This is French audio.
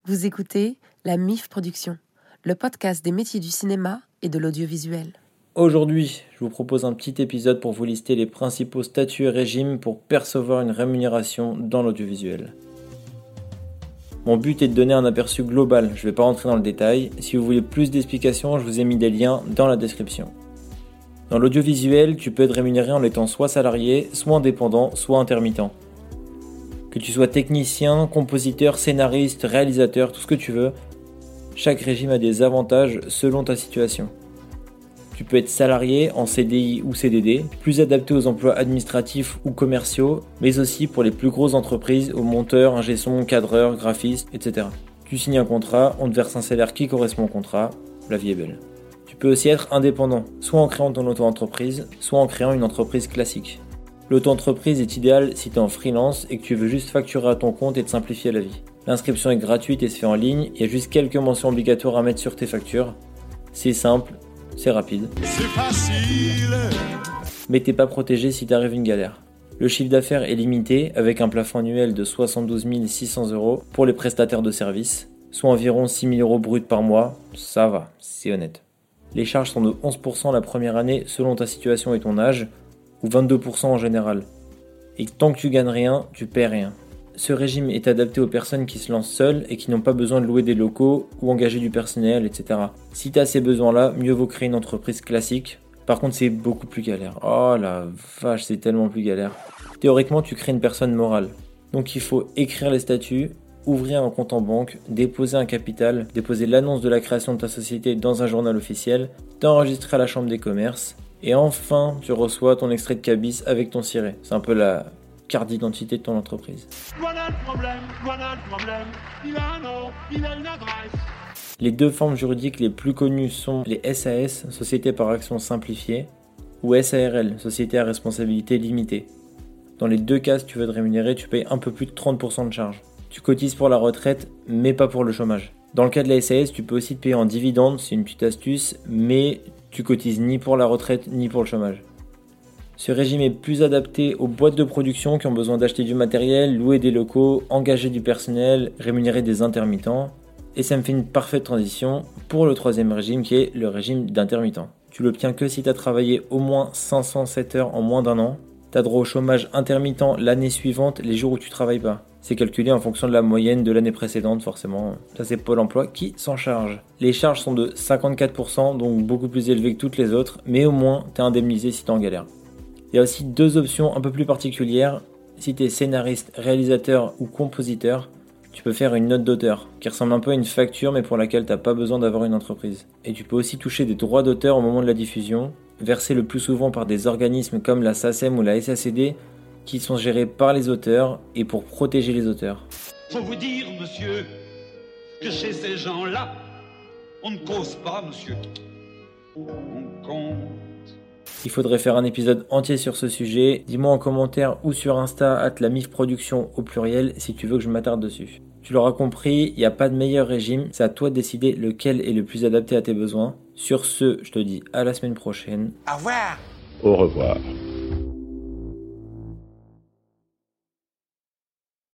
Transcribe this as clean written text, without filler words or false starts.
Vous écoutez la MIF Production, le podcast des métiers du cinéma et de l'audiovisuel. Aujourd'hui, je vous propose un petit épisode pour vous lister les principaux statuts et régimes pour percevoir une rémunération dans l'audiovisuel. Mon but est de donner un aperçu global, je ne vais pas rentrer dans le détail. Si vous voulez plus d'explications, je vous ai mis des liens dans la description. Dans l'audiovisuel, tu peux être rémunéré en étant soit salarié, soit indépendant, soit intermittent. Que tu sois technicien, compositeur, scénariste, réalisateur, tout ce que tu veux, chaque régime a des avantages selon ta situation. Tu peux être salarié en CDI ou CDD, plus adapté aux emplois administratifs ou commerciaux, mais aussi pour les plus grosses entreprises, aux monteurs, ingé son, cadreurs, graphistes, etc. Tu signes un contrat, on te verse un salaire qui correspond au contrat, la vie est belle. Tu peux aussi être indépendant, soit en créant ton auto-entreprise, soit en créant une entreprise classique. L'auto-entreprise est idéale si tu es en freelance et que tu veux juste facturer à ton compte et te simplifier la vie. L'inscription est gratuite et se fait en ligne, il y a juste quelques mentions obligatoires à mettre sur tes factures. C'est simple, c'est rapide. C'est facile. Mais t'es pas protégé si t'arrive une galère. Le chiffre d'affaires est limité avec un plafond annuel de 72 600 € pour les prestataires de services, soit environ 6 000 € bruts par mois, ça va, c'est honnête. Les charges sont de 11% la première année selon ta situation et ton âge, ou 22% en général. Et tant que tu gagnes rien, tu perds rien. Ce régime est adapté aux personnes qui se lancent seules et qui n'ont pas besoin de louer des locaux ou engager du personnel, etc. Si tu as ces besoins-là, mieux vaut créer une entreprise classique. Par contre, c'est beaucoup plus galère. Oh la vache, c'est tellement plus galère. Théoriquement, tu crées une personne morale. Donc il faut écrire les statuts, ouvrir un compte en banque, déposer un capital, déposer l'annonce de la création de ta société dans un journal officiel, t'enregistrer à la chambre des commerces, et enfin, tu reçois ton extrait de cabis avec ton ciré. C'est un peu la carte d'identité de ton entreprise. Voilà le problème. Il a un nom, il a une adresse. Les deux formes juridiques les plus connues sont les SAS, Société par action simplifiée, ou SARL, Société à responsabilité limitée. Dans les deux cas, si tu veux te rémunérer, tu payes un peu plus de 30% de charges. Tu cotises pour la retraite, mais pas pour le chômage. Dans le cas de la SAS, tu peux aussi te payer en dividende, c'est une petite astuce, mais tu cotises ni pour la retraite ni pour le chômage. Ce régime est plus adapté aux boîtes de production qui ont besoin d'acheter du matériel, louer des locaux, engager du personnel, rémunérer des intermittents. Et ça me fait une parfaite transition pour le troisième régime qui est le régime d'intermittent. Tu l'obtiens que si tu as travaillé au moins 507 heures en moins d'un an. Tu as droit au chômage intermittent l'année suivante, les jours où tu travailles pas. C'est calculé en fonction de la moyenne de l'année précédente, forcément. Ça, c'est Pôle emploi qui s'en charge. Les charges sont de 54%, donc beaucoup plus élevées que toutes les autres, mais au moins, tu es indemnisé si tu es en galère. Il y a aussi deux options un peu plus particulières. Si tu es scénariste, réalisateur ou compositeur, tu peux faire une note d'auteur, qui ressemble un peu à une facture, mais pour laquelle tu n'as pas besoin d'avoir une entreprise. Et tu peux aussi toucher des droits d'auteur au moment de la diffusion, versés le plus souvent par des organismes comme la SACEM ou la SACD, qui sont gérés par les auteurs et pour protéger les auteurs. Faut vous dire, monsieur, que chez ces gens-là, on ne cause pas, monsieur. On compte. Il faudrait faire un épisode entier sur ce sujet. Dis-moi en commentaire ou sur Insta @lamifproduction au pluriel si tu veux que je m'attarde dessus. Tu l'auras compris, il n'y a pas de meilleur régime, c'est à toi de décider lequel est le plus adapté à tes besoins. Sur ce, je te dis à la semaine prochaine. Au revoir. Au revoir.